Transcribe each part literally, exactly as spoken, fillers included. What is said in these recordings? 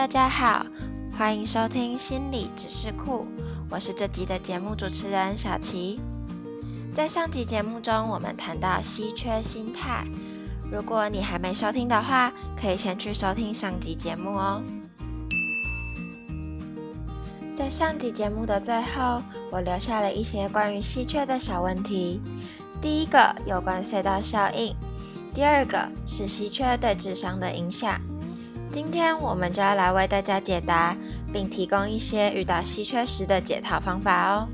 家好，欢迎收听心理知识库，我是这集的节目主持人小琪。在上集节目中，我们谈到稀缺心态，如果你还没收听的话，可以先去收听上集节目哦。在上集节目的最后，我留下了一些关于稀缺的小问题。第一个有关隧道效应，第二个是稀缺对智商的影响。今天我们就要来为大家解答，并提供一些遇到稀缺时的解套方法哦。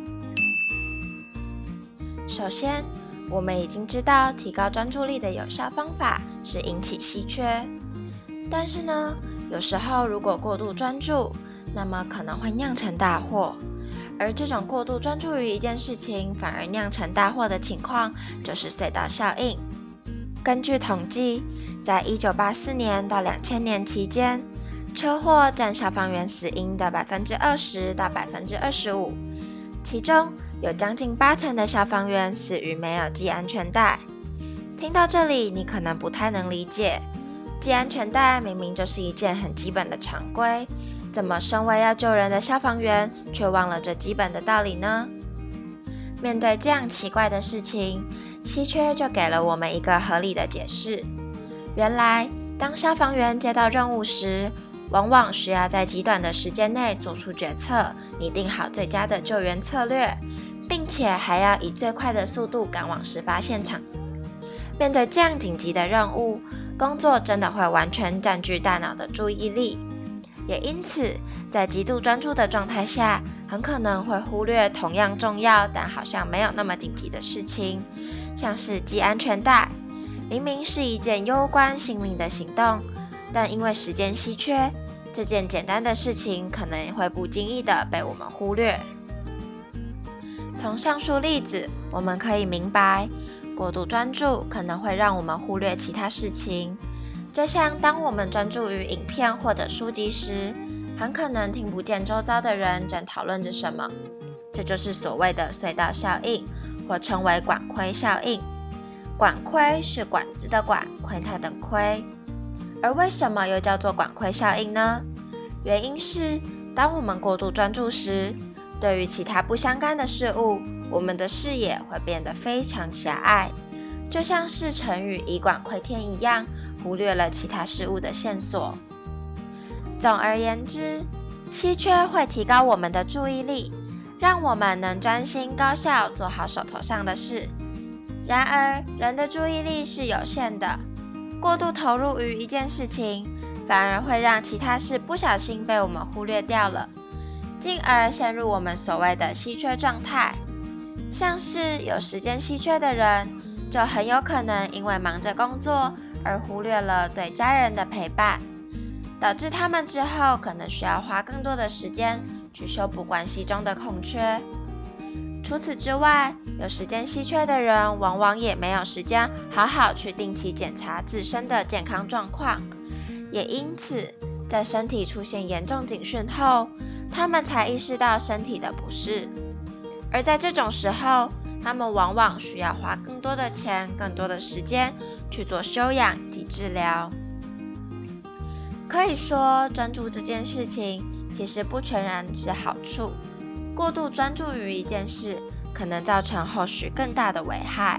首先，我们已经知道提高专注力的有效方法是引起稀缺，但是呢，有时候如果过度专注，那么可能会酿成大祸。而这种过度专注于一件事情，反而酿成大祸的情况，就是隧道效应。根据统计，在一九八四年到两千年期间，车祸占消防员死因的百分之二十到百分之二十五，其中有将近八成的消防员死于没有系安全带。听到这里，你可能不太能理解，系安全带明明就是一件很基本的常规，怎么身为要救人的消防员却忘了这基本的道理呢？面对这样奇怪的事情，稀缺就给了我们一个合理的解释。原来，当消防员接到任务时，往往需要在极短的时间内做出决策，拟定好最佳的救援策略，并且还要以最快的速度赶往事发现场。面对这样紧急的任务，工作真的会完全占据大脑的注意力，也因此，在极度专注的状态下，很可能会忽略同样重要但好像没有那么紧急的事情，像是系安全带，明明是一件攸关性命的行动，但因为时间稀缺，这件简单的事情可能会不经意地被我们忽略。从上述例子，我们可以明白，过度专注可能会让我们忽略其他事情。就像当我们专注于影片或者书籍时，很可能听不见周遭的人正讨论着什么。这就是所谓的隧道效应，或称为管窥效应。管窥是管子的管，窥探的窥。而为什么又叫做管窥效应呢？原因是，当我们过度专注时，对于其他不相干的事物，我们的视野会变得非常狭隘，就像是成语以管窥天一样，忽略了其他事物的线索。总而言之，稀缺会提高我们的注意力，让我们能专心高效做好手头上的事。然而，人的注意力是有限的，过度投入于一件事情，反而会让其他事不小心被我们忽略掉了，进而陷入我们所谓的稀缺状态。像是有时间稀缺的人，就很有可能因为忙着工作而忽略了对家人的陪伴，导致他们之后可能需要花更多的时间去修补关系中的空缺。除此之外，有时间稀缺的人往往也没有时间好好去定期检查自身的健康状况，也因此，在身体出现严重警讯后，他们才意识到身体的不适。而在这种时候，他们往往需要花更多的钱、更多的时间去做休养及治疗。可以说，专注这件事情其实不全然是好处，过度专注于一件事，可能造成后续更大的危害。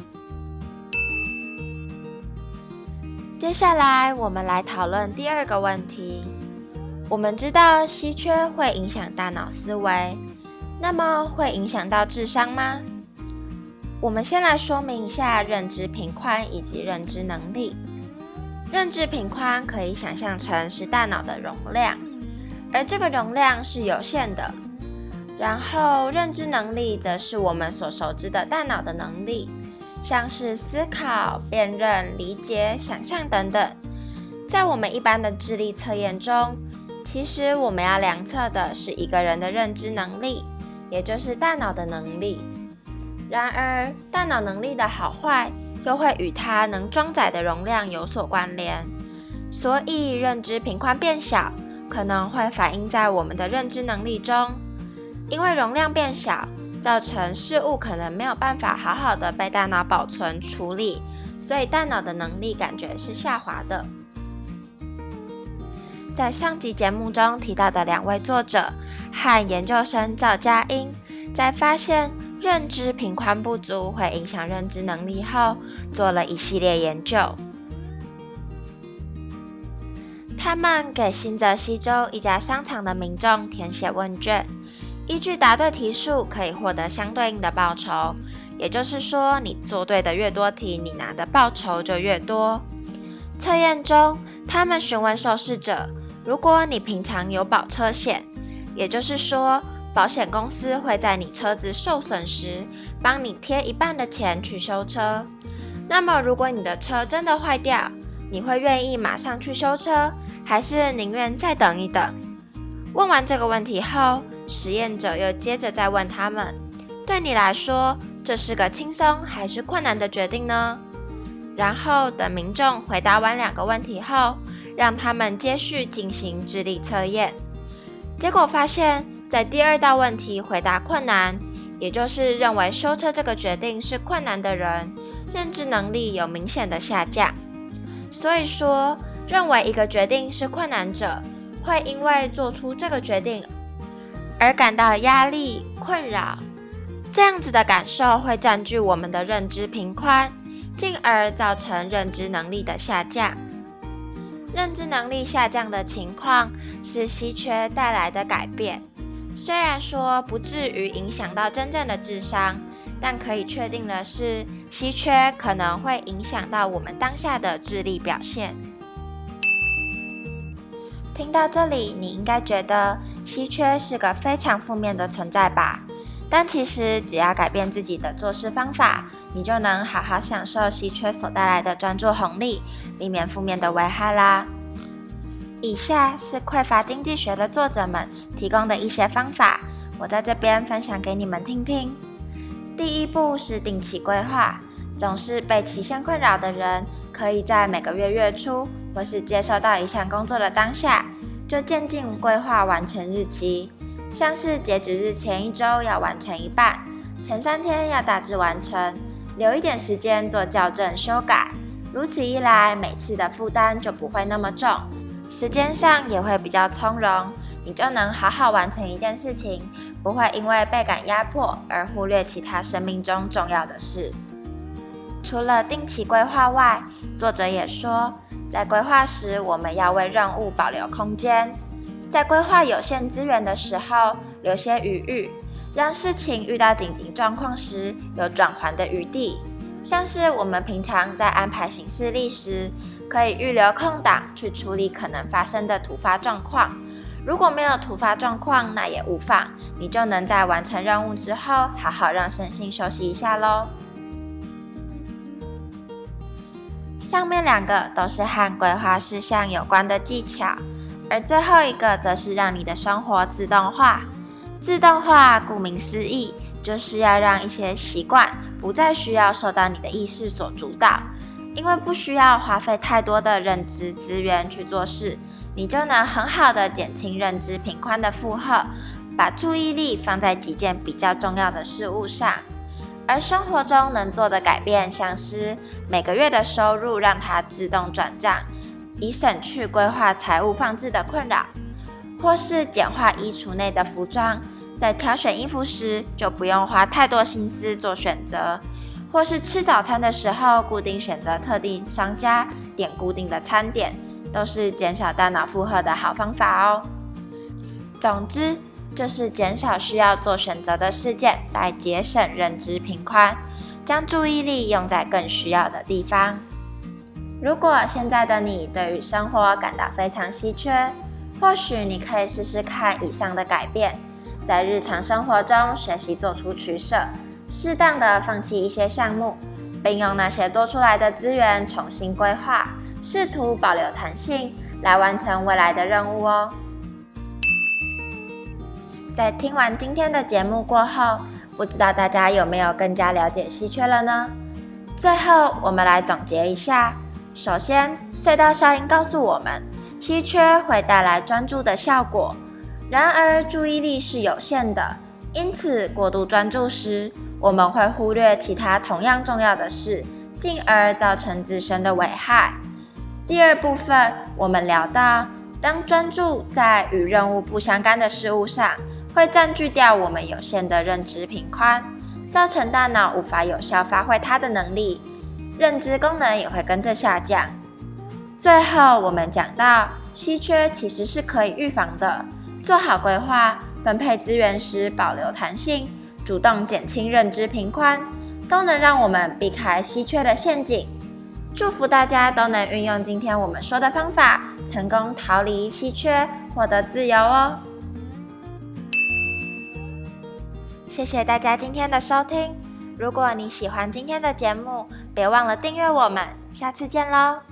接下来，我们来讨论第二个问题。我们知道稀缺会影响大脑思维，那么会影响到智商吗？我们先来说明一下认知频宽以及认知能力。认知频宽可以想象成是大脑的容量，而这个容量是有限的。然后认知能力则是我们所熟知的大脑的能力，像是思考、辨认、理解、想象等等。在我们一般的智力测验中，其实我们要量测的是一个人的认知能力，也就是大脑的能力。然而，大脑能力的好坏又会与它能装载的容量有所关联，所以认知频宽变小，可能会反映在我们的认知能力中。因为容量变小，造成事物可能没有办法好好的被大脑保存处理，所以大脑的能力感觉是下滑的。 在上集节目中提到的两位作者和研究生赵佳音，在发现认知频宽不足会影响认知能力后，做了一系列研究。他们给新泽西州一家商场的民众填写问卷，依据答对题数可以获得相对应的报酬，也就是说，你做对的越多题，你拿的报酬就越多。测验中，他们询问受试者，如果你平常有保车险，也就是说，保险公司会在你车子受损时，帮你贴一半的钱去修车。那么，如果你的车真的坏掉，你会愿意马上去修车，还是宁愿再等一等？问完这个问题后，实验者又接着再问他们，对你来说，这是个轻松还是困难的决定呢？然后等民众回答完两个问题后，让他们接续进行智力测验。结果发现，在第二道问题回答困难，也就是认为修车这个决定是困难的人，认知能力有明显的下降。所以说，认为一个决定是困难者，会因为做出这个决定而感到压力、困扰。这样子的感受会占据我们的认知频宽，进而造成认知能力的下降。认知能力下降的情况是稀缺带来的改变，虽然说不至于影响到真正的智商，但可以确定的是，稀缺可能会影响到我们当下的智力表现。听到这里，你应该觉得稀缺是个非常负面的存在吧？但其实只要改变自己的做事方法，你就能好好享受稀缺所带来的专注红利，避免负面的危害啦。以下是匮乏经济学的作者们提供的一些方法，我在这边分享给你们听听。第一步是定期规划，总是被期限困扰的人，可以在每个月月初或是接收到一项工作的当下，就渐进规划完成日期。像是截止日前一周要完成一半，前三天要大致完成，留一点时间做校正修改。如此一来，每次的负担就不会那么重，时间上也会比较从容，你就能好好完成一件事情，不会因为倍感压迫而忽略其他生命中重要的事。除了定期规划外，作者也说，在规划时我们要为任务保留空间，在规划有限资源的时候留些余裕，让事情遇到紧急状况时有转圜的余地。像是我们平常在安排行事历时，可以预留空档去处理可能发生的突发状况。如果没有突发状况，那也无妨，你就能在完成任务之后，好好让身心休息一下咯。上面两个都是和规划事项有关的技巧，而最后一个则是让你的生活自动化。自动化顾名思义，就是要让一些习惯不再需要受到你的意识所主导，因为不需要花费太多的认知资源去做事，你就能很好的减轻认知频宽的负荷，把注意力放在几件比较重要的事物上。而生活中能做的改变，像是每个月的收入让它自动转账，以省去规划财务放置的困扰，或是简化衣橱内的服装，在挑选衣服时就不用花太多心思做选择，或是吃早餐的时候固定选择特定商家，点固定的餐点，都是减少大脑负荷的好方法哦。总之，就是减少需要做选择的事件，来节省认知频宽，将注意力用在更需要的地方。如果现在的你对于生活感到非常稀缺，或许你可以试试看以上的改变，在日常生活中学习做出取舍，适当的放弃一些项目，并用那些多出来的资源重新规划，试图保留弹性，来完成未来的任务哦。在听完今天的节目过后，不知道大家有没有更加了解稀缺了呢？最后，我们来总结一下。首先，隧道效应告诉我们，稀缺会带来专注的效果，然而注意力是有限的，因此过度专注时，我们会忽略其他同样重要的事，进而造成自身的危害。第二部分，我们聊到当专注在与任务不相干的事物上，会占据掉我们有限的认知频宽，造成大脑无法有效发挥它的能力，认知功能也会跟着下降。最后，我们讲到稀缺其实是可以预防的，做好规划，分配资源时保留弹性，主动减轻认知频宽，都能让我们避开稀缺的陷阱。祝福大家都能运用今天我们说的方法，成功逃离稀缺，获得自由哦。谢谢大家今天的收听，如果你喜欢今天的节目，别忘了订阅我们，下次见喽。